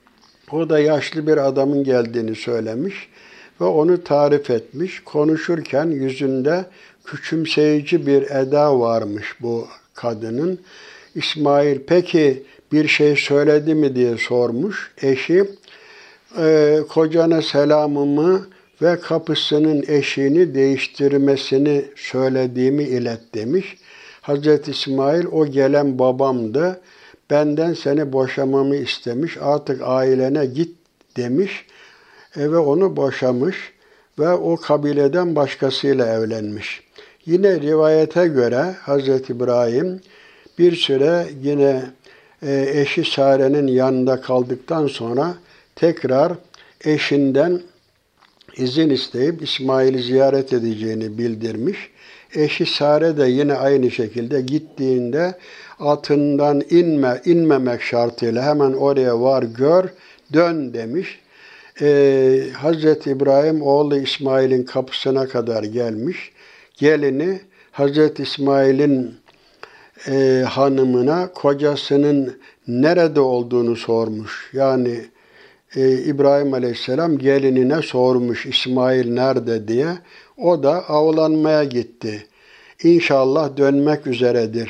O da yaşlı bir adamın geldiğini söylemiş ve onu tarif etmiş. Konuşurken yüzünde küçümseyici bir eda varmış bu kadının. İsmail peki bir şey söyledi mi diye sormuş. Eşi e, kocana selamımı ve kapısının eşiğini değiştirmesini söylediğimi ilet demiş. Hazreti İsmail o gelen babamdı. benden seni boşamamı istemiş. Artık ailene git demiş e, ve onu boşamış ve o kabileden başkasıyla evlenmiş. Yine rivayete göre Hazreti İbrahim bir süre yine e, eşi Sare'nin yanında kaldıktan sonra tekrar eşinden izin isteyip İsmail'i ziyaret edeceğini bildirmiş. Eşi Sare de yine aynı şekilde gittiğinde atından inme, inmemek şartıyla hemen oraya var gör, dön demiş. Ee, Hazreti İbrahim oğlu İsmail'in kapısına kadar gelmiş. Gelini Hazreti İsmail'in e, hanımına kocasının nerede olduğunu sormuş. Yani e, İbrahim Aleyhisselam gelinine sormuş İsmail nerede diye. O da avlanmaya gitti. İnşallah dönmek üzeredir.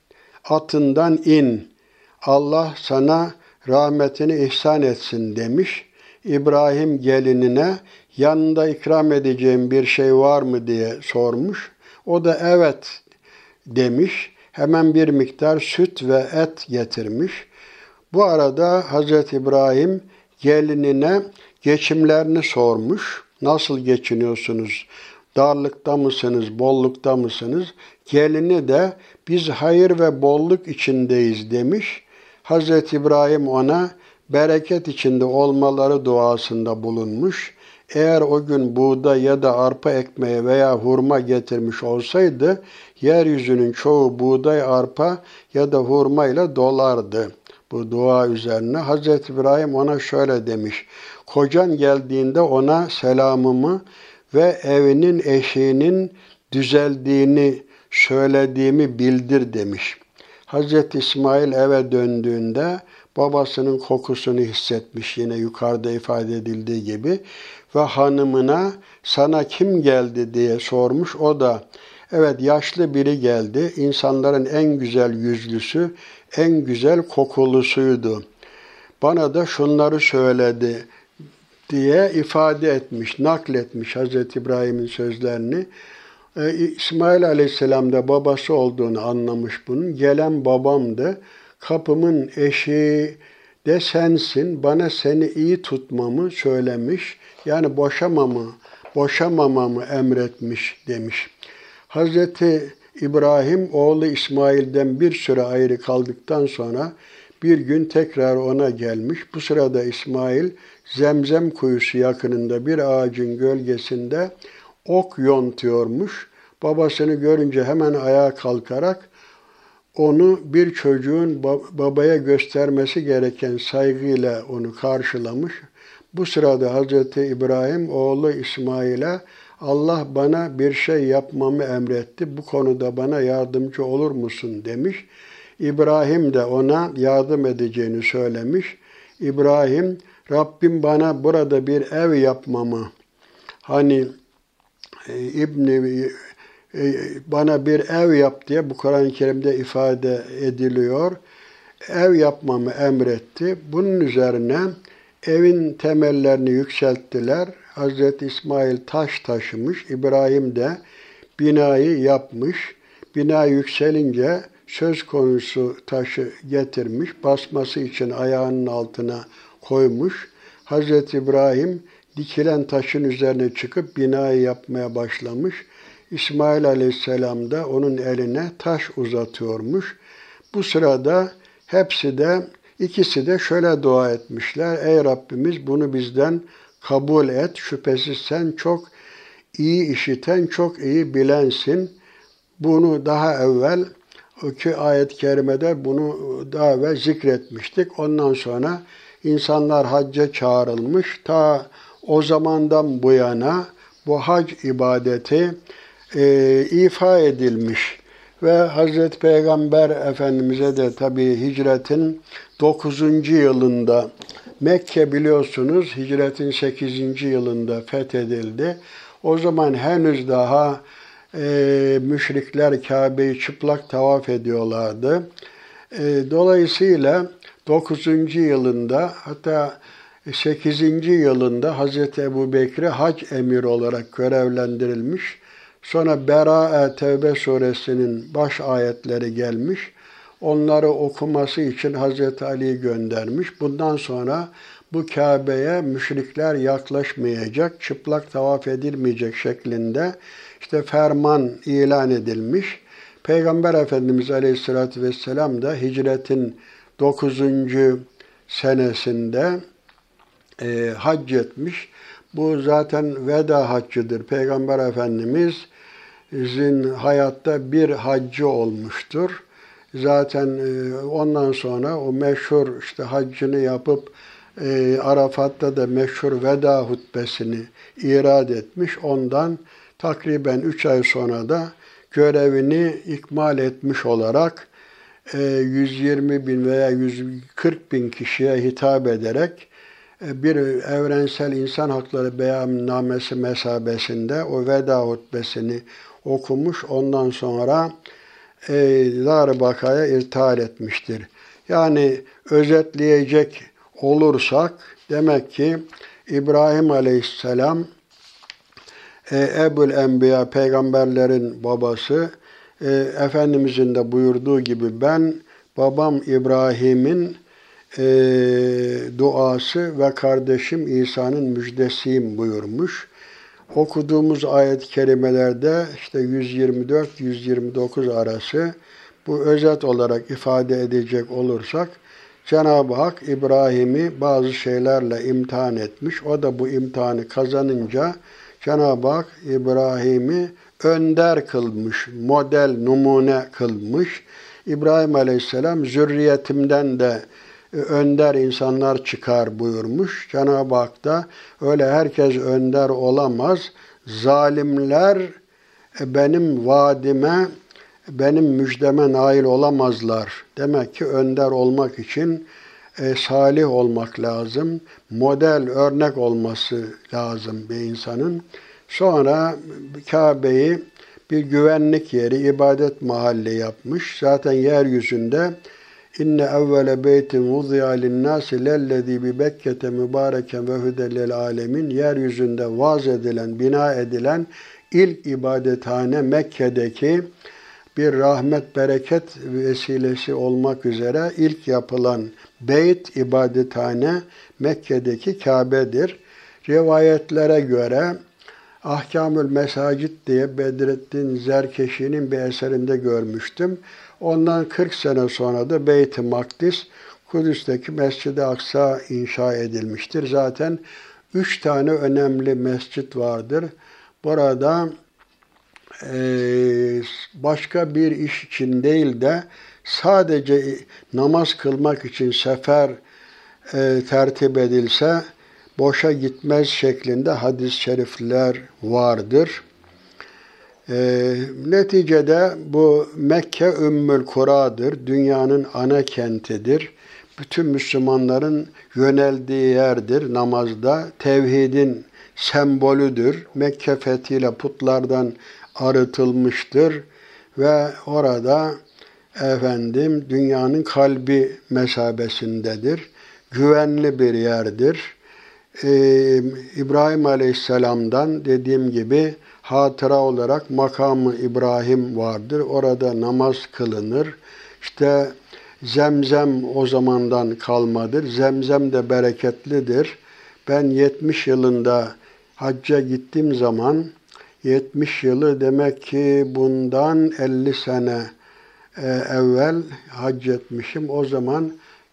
Atından in. Allah sana rahmetini ihsan etsin demiş. İbrahim gelinine yanında ikram edeceğim bir şey var mı diye sormuş. O da evet demiş. Hemen bir miktar süt ve et getirmiş. Bu arada Hazreti İbrahim gelinine geçimlerini sormuş. Nasıl geçiniyorsunuz? Darlıkta mısınız, bollukta mısınız? Gelini de biz hayır ve bolluk içindeyiz demiş. Hazreti İbrahim ona bereket içinde olmaları duasında bulunmuş. Eğer o gün buğday ya da arpa ekmeği veya hurma getirmiş olsaydı, yeryüzünün çoğu buğday, arpa ya da hurma ile dolardı. Bu dua üzerine Hazreti İbrahim ona şöyle demiş. Kocan geldiğinde ona selamımı ve evinin eşiğinin düzeldiğini söylediğimi bildir demiş. Hazreti İsmail eve döndüğünde babasının kokusunu hissetmiş yine yukarıda ifade edildiği gibi ve hanımına sana kim geldi diye sormuş. O da evet yaşlı biri geldi. İnsanların en güzel yüzlüsü, en güzel kokulusuydu. Bana da şunları söyledi diye ifade etmiş, nakletmiş Hazreti İbrahim'in sözlerini. Ee, İsmail Aleyhisselam da babası olduğunu anlamış bunun. Gelen babamdı. Kapımın eşiği de sensin. Bana seni iyi tutmamı söylemiş. Yani boşamamı, boşamamamı emretmiş demiş. Hazreti İbrahim oğlu İsmail'den bir süre ayrı kaldıktan sonra bir gün tekrar ona gelmiş. Bu sırada İsmail Zemzem kuyusu yakınında bir ağacın gölgesinde ok yontuyormuş. Babasını görünce hemen ayağa kalkarak onu bir çocuğun babaya göstermesi gereken saygıyla onu karşılamış. Bu sırada Hazreti İbrahim oğlu İsmail'e Allah bana bir şey yapmamı emretti. Bu konuda bana yardımcı olur musun demiş. İbrahim de ona yardım edeceğini söylemiş. İbrahim Rabbim bana burada bir ev yapmamı hani e, İbni e, bana bir ev yap diye bu Kur'an-ı Kerim'de ifade ediliyor. Ev yapmamı emretti. Bunun üzerine evin temellerini yükselttiler. Hazreti İsmail taş taşımış. İbrahim de binayı yapmış. Bina yükselince söz konusu taşı getirmiş. Basması için ayağının altına koymuş. Hazreti İbrahim dikilen taşın üzerine çıkıp binayı yapmaya başlamış. İsmail Aleyhisselam da onun eline taş uzatıyormuş. Bu sırada hepsi de ikisi de şöyle dua etmişler. Ey Rabbimiz bunu bizden kabul et. Şüphesiz sen çok iyi işiten, çok iyi bilensin. Bunu daha evvel iki ayet-i kerimede bunu daha evvel zikretmiştik. Ondan sonra insanlar hacca çağrılmış. Ta o zamandan bu yana bu hac ibadeti e, ifa edilmiş. Ve Hazreti Peygamber Efendimiz'e de tabii hicretin dokuzuncu yılında Mekke biliyorsunuz hicretin sekizinci yılında fethedildi. O zaman henüz daha e, müşrikler Kabe'yi çıplak tavaf ediyorlardı. E, dolayısıyla dokuzuncu yılında hatta sekizinci yılında Hazreti Ebubekir'e hac emiri olarak görevlendirilmiş. Sonra Berae Tevbe suresinin baş ayetleri gelmiş. onları okuması için Hazreti Ali'yi göndermiş. Bundan sonra bu Kabe'ye müşrikler yaklaşmayacak, çıplak tavaf edilmeyecek şeklinde işte ferman ilan edilmiş. Peygamber Efendimiz Aleyhisselatü Vesselam da hicretin dokuzuncu senesinde e, hac etmiş. Bu zaten veda haccıdır. Peygamber Efendimiz'in hayatta bir haccı olmuştur. Zaten e, ondan sonra o meşhur işte haccını yapıp e, Arafat'ta da meşhur veda hutbesini irad etmiş. Ondan takriben üç ay sonra da görevini ikmal etmiş olarak yüz yirmi bin veya yüz kırk bin kişiye hitap ederek bir evrensel insan hakları beyannamesi mesabesinde o veda hutbesini okumuş. Ondan sonra e, Dar-ı Baka'ya irtihal etmiştir. Yani özetleyecek olursak demek ki İbrahim Aleyhisselam e, Ebul Enbiya peygamberlerin babası, e, Efendimizin de buyurduğu gibi ben babam İbrahim'in e, duası ve kardeşim İsa'nın müjdesiyim buyurmuş. Okuduğumuz ayet-i kerimelerde işte yüz yirmi dört yüz yirmi dokuz arası bu özet olarak ifade edecek olursak Cenab-ı Hak İbrahim'i bazı şeylerle imtihan etmiş. O da bu imtihanı kazanınca Cenab-ı Hak İbrahim'i önder kılmış, model, numune kılmış. İbrahim Aleyhisselam zürriyetimden de önder insanlar çıkar buyurmuş. Cenab-ı Hak da öyle herkes önder olamaz. Zalimler benim vaadime, benim müjdeme nail olamazlar. Demek ki önder olmak için e, salih olmak lazım. Model, örnek olması lazım bir insanın. Sonra Kabe'yi bir güvenlik yeri, ibadet mahalli yapmış. Zaten yeryüzünde İnne evvele beytin vuzi'a linnâsi lellezî bi Bekke'te mübâreken ve huden lil âlemin. Yeryüzünde vaz edilen, bina edilen ilk ibadethane Mekke'deki bir rahmet, bereket vesilesi olmak üzere ilk yapılan beyt, ibadethane Mekke'deki Kabe'dir. Rivayetlere göre Ahkamül Mesacit diye Bedrettin Zerkeşi'nin bir eserinde görmüştüm. Ondan kırk sene sonra da Beyt-i Makdis, Kudüs'teki Mescid-i Aksa inşa edilmiştir. Zaten üç tane önemli mescit vardır. Burada e, başka bir iş için değil de sadece namaz kılmak için sefer e, tertip edilse boşa gitmez şeklinde hadis-i şerifler vardır. E, neticede bu Mekke Ümmül Kura'dır, dünyanın ana kentidir. Bütün Müslümanların yöneldiği yerdir namazda. Tevhidin sembolüdür. Mekke fethiyle putlardan arıtılmıştır ve orada efendim dünyanın kalbi mesabesindedir. Güvenli bir yerdir. Ee, İbrahim Aleyhisselam'dan dediğim gibi hatıra olarak makamı İbrahim vardır. Orada namaz kılınır. İşte Zemzem o zamandan kalmadır. Zemzem de bereketlidir. Ben yetmiş yılında hacca gittiğim zaman yetmiş yılı demek ki bundan elli sene e, evvel hac etmişim. O zaman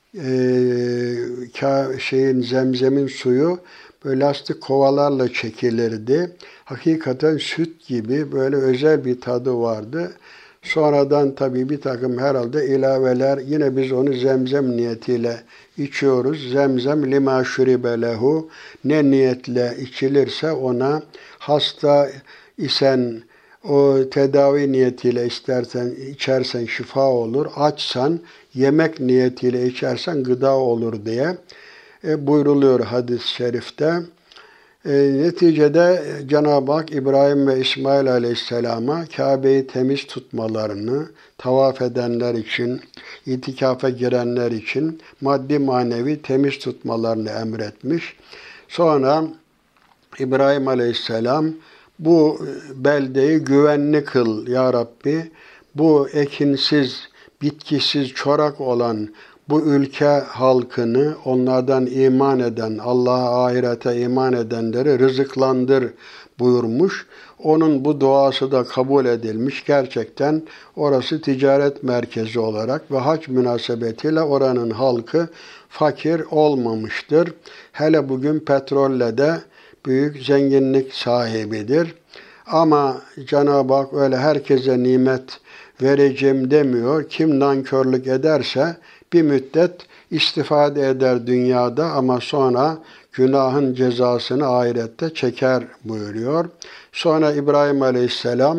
e, şeyin Zemzem'in suyu böyle lastik kovalarla çekilirdi. Hakikaten süt gibi böyle özel bir tadı vardı. Sonradan tabii bir takım herhalde ilaveler, yine biz onu zemzem niyetiyle içiyoruz. Zemzem lima şuribe lehu, ne niyetle içilirse ona, hasta isen o tedavi niyetiyle istersen içersen şifa olur, açsan yemek niyetiyle içersen gıda olur diye e, buyruluyor hadis-i şerifte. E, neticede Cenab-ı Hak İbrahim ve İsmail Aleyhisselam'a Kabe'yi temiz tutmalarını, tavaf edenler için, itikafa girenler için maddi manevi temiz tutmalarını emretmiş. Sonra İbrahim Aleyhisselam bu beldeyi güvenli kıl ya Rabbi, bu ekinsiz bitkisiz, çorak olan bu ülke halkını, onlardan iman eden, Allah'a, ahirete iman edenleri rızıklandır buyurmuş. Onun bu duası da kabul edilmiş. Gerçekten orası ticaret merkezi olarak ve hac münasebetiyle oranın halkı fakir olmamıştır. Hele bugün petrolle de büyük zenginlik sahibidir. Ama Cenab-ı Hak öyle herkese nimet vereceğim demiyor. Kim nankörlük ederse bir müddet istifade eder dünyada ama sonra günahın cezasını ahirette çeker buyuruyor. Sonra İbrahim Aleyhisselam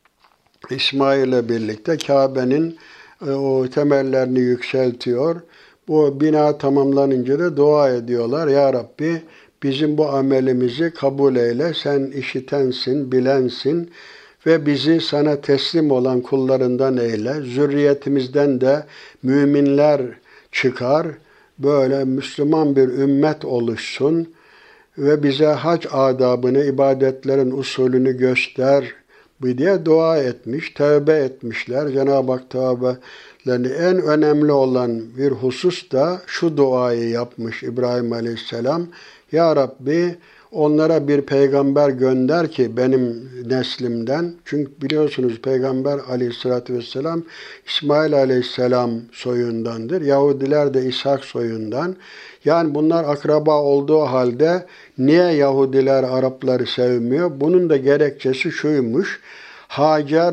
İsmail ile birlikte Kabe'nin e, o temellerini yükseltiyor. Bu bina tamamlanınca da dua ediyorlar. Ya Rabbi bizim bu amelimizi kabul eyle. Sen işitensin, bilensin ve bizi sana teslim olan kullarından eyle. Zürriyetimizden de müminler çıkar. Böyle Müslüman bir ümmet oluşsun ve bize hac adabını, ibadetlerin usulünü göster diye dua etmiş, tövbe etmişler. Cenab-ı Hak tövbelerini en önemli olan bir husus da şu duayı yapmış İbrahim Aleyhisselam. Ya Rabbi onlara bir peygamber gönder ki benim neslimden. Çünkü biliyorsunuz Peygamber Aleyhisselatü Vesselam İsmail Aleyhisselam soyundandır. Yahudiler de İshak soyundan. Yani bunlar akraba olduğu halde niye Yahudiler Arapları sevmiyor? Bunun da gerekçesi şuymuş. Hacer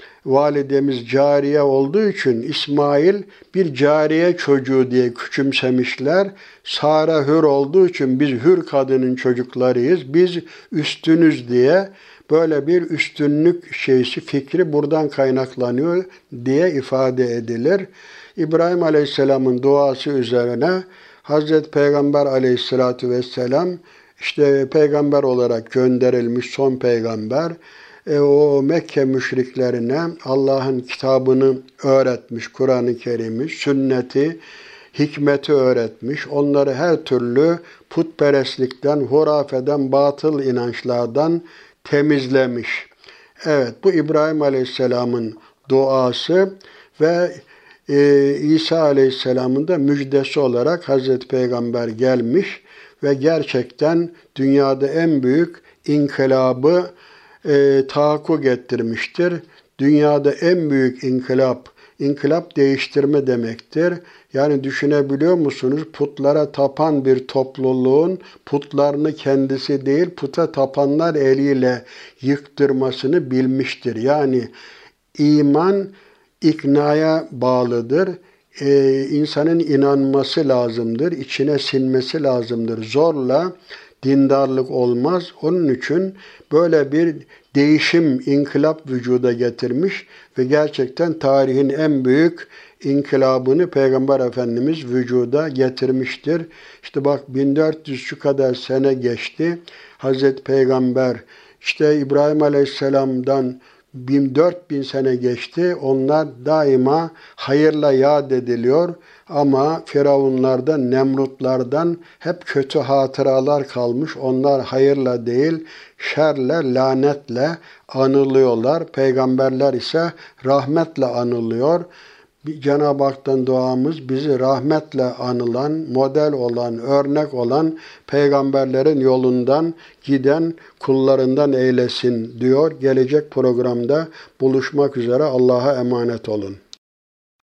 validemiz cariye olduğu için İsmail bir cariye çocuğu diye küçümsemişler. Sara hür olduğu için biz hür kadının çocuklarıyız, biz üstünüz diye böyle bir üstünlük şeysi, fikri buradan kaynaklanıyor diye ifade edilir. İbrahim Aleyhisselam'ın duası üzerine Hazreti Peygamber Aleyhisselatü Vesselam işte peygamber olarak gönderilmiş son peygamber. E, o Mekke müşriklerine Allah'ın kitabını öğretmiş, Kur'an-ı Kerim'i, sünneti, hikmeti öğretmiş. Onları her türlü putperestlikten, hurafeden, batıl inançlardan temizlemiş. Evet, bu İbrahim Aleyhisselam'ın duası ve e, İsa Aleyhisselam'ın da müjdesi olarak Hazreti Peygamber gelmiş ve gerçekten dünyada en büyük inkılabı e, tahakkuk ettirmiştir. Dünyada en büyük inkılap, inkılap değiştirme demektir. Yani düşünebiliyor musunuz? Putlara tapan bir topluluğun putlarını kendisi değil, puta tapanlar eliyle yıktırmasını bilmiştir. Yani iman iknaya bağlıdır. Ee, insanın inanması lazımdır, içine sinmesi lazımdır. Zorla dindarlık olmaz. Onun için böyle bir değişim, inkılap vücuda getirmiş ve gerçekten tarihin en büyük inkılabını Peygamber Efendimiz vücuda getirmiştir. İşte bak bin dört yüz şu kadar sene geçti. Hazreti Peygamber işte İbrahim Aleyhisselam'dan bin dört bin sene geçti. Onlar daima hayırla yad ediliyor. Ama Firavunlardan, Nemrutlardan hep kötü hatıralar kalmış. Onlar hayırla değil, şerle, lanetle anılıyorlar. Peygamberler ise rahmetle anılıyor. Cenab-ı Hak'tan duamız bizi rahmetle anılan, model olan, örnek olan peygamberlerin yolundan giden kullarından eylesin diyor. Gelecek programda buluşmak üzere Allah'a emanet olun.